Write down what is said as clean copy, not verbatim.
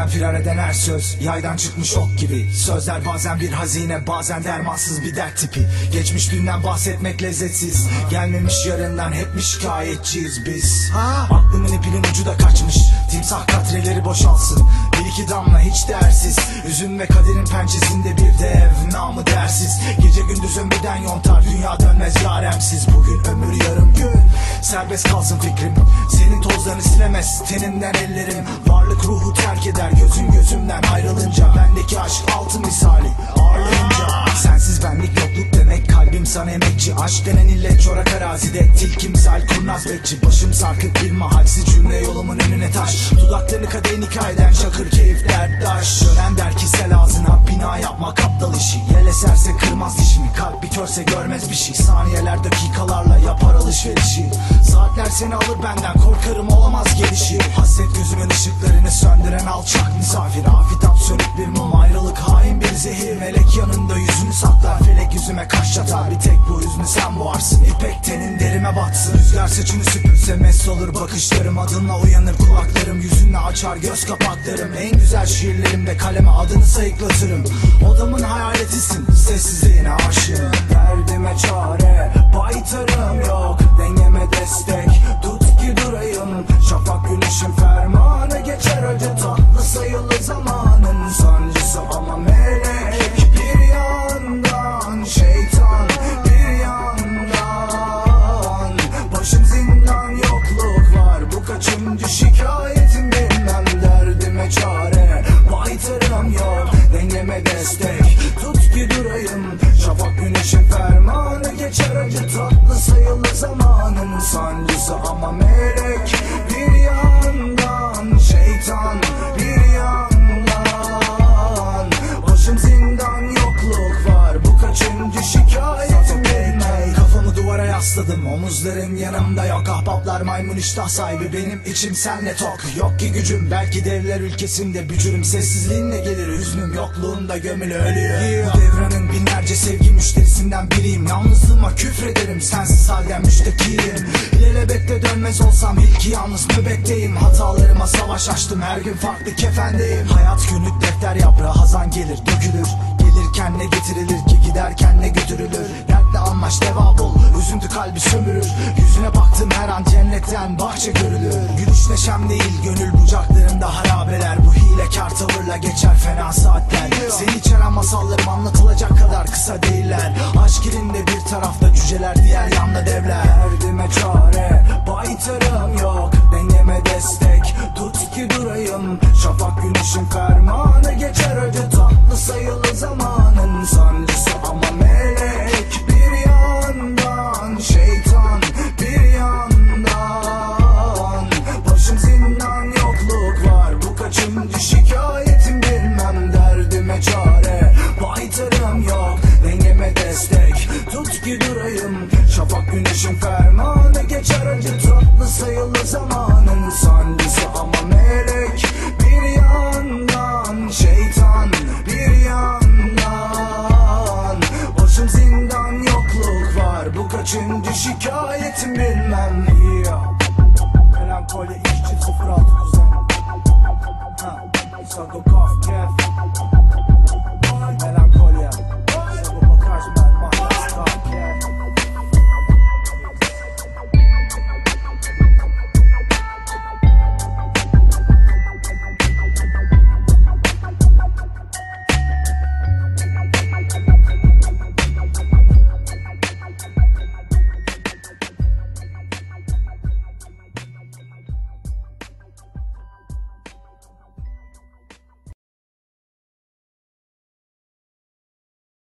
Kalpten firar eden her söz yaydan çıkmış ok gibi. Sözler bazen bir hazine, bazen dermansız bir dert tipi. Geçmiş dünden bahsetmek lezzetsiz, gelmemiş yarından hep mi şikayetçiyiz biz? Aklımın ipinin ucu da kaçmış, timsah katreleri boşalsın. Bir iki damla hiç değersiz, üzüm ve kaderin pençesinde bir dev namı dersiz. Gece gündüz ömürden yontar, dünya dönmez yaremsiz. Bugün ömür yarım gün, serbest kalsın fikrim. Senin tozlarını silemez tenimden ellerim. Varlık ruhu terk eder gözün gözümden ayrılınca. Bendeki aşk altın misali ağırlayınca. Sensiz benlik yokluk demek, kalbim sana emekçi. Aşk denen illet çorak arazide, tilki misal kurnaz bekçi. Başım sarkık bir mahalsiz cümle yolumun önüne taş. Dudaklarını kadehin hikayeden şakır keyif derttaş. Şölen der ki sel ağzına bina yapmak aptal işi. Yel eserse kırmaz dişimi, kalp bir körse görmez bir şey. Saniyeler dakikalarla yapar alışverişi. Saatler seni alır benden, korkarım olamaz gelişi. Hasret gözümün ışıklarını söndüren alçak misafir. Afitap sönük bir mum, ayrılık hain bir zehir. Melek yanında yüzünü saklar, felek yüzüme kaş çatar. Bir tek bu hüznü sen boğarsın, ipek tenin derime batsın. Rüzgar saçını süpürse mest olur bakışlarım. Adınla uyanır kulaklarım, yüzünle açar göz kapaklarım. En güzel şiirlerimde kaleme adını sayıklatırım. Odamın hayaletisin, sessizliğine aşığım. Derdime çare, baytarım yok. Dengeme destek, tut ki durayım. Şafak güneşin fermanı geçer acı tatlı sayılı zamanın sancısı ama melek. Bir yandan şeytan, bir yandan başım zindan, yokluk var. Bu kaçıncı şikayetim bilmem, derdime çare, baytarım yok. Dengeme destek, tut ki durayım. Şafak güneşin fermanı geçer acı tatlı sayılı zamanın sancısı ama melek. Bir yandan şeytan, bir yandan başım zindan, yokluk var. Bu kaçıncı şikayetim bilmem. Kafamı duvara yasladım, omuzlarım yanımda yok. Ahbaplar maymun iştah sahibi, benim içim senle tok. Yok ki gücüm, belki devler ülkesinde bücürüm. Sessizliğinle gelir hüznüm, yokluğunda gömülü ölüyor. Bu devranın binlerce sevgi müşterisinden biriyim. Yalnızlığıma küfrederim, sensiz halden müştekiyim. İlelebette dönmez olsam ilki yalnız nöbetteyim. Hatalarıma savaş açtım, her gün farklı kefendeyim. Hayat günlük defter yaprağı, hazan gelir dökülür. Gelirken ne getirilir ki, giderken ne götürülür. Dertle anlaş, deva bul, üzüntü kalbi sömürür. Yüzüne baktım her an cennetten bahçe görülür. Gülüş neşem değil, gönül bucaklarımda harabeler. Bu hilekar tavırla geçer fena saatler. Seni içeren masallarım anlatılacak kadar kısa değiller. Aşk ilinde bir tarafta cüceler, diğer yanda devler. Derdime çare, baytarım yok. Dengeme destek, tut ki durayım. Şafak güneşin fermanı geçer acı tatlı sayılı zamanın sancısı ama melek. Bir yandan şeytan, bir yandan başım zindan, yokluk var. Bu kaçıncı şikayetim bilmem, derdime çare, baytarım yok. Dengeme destek, tut ki durayım. Şafak güneşin fermanı geçer acı tatlı sayılı zamanın sancısı ama melek. Bir yandan şeytan, bir yandan başım zindan, yokluk var. Bu kaçıncı şikayetim bilmem.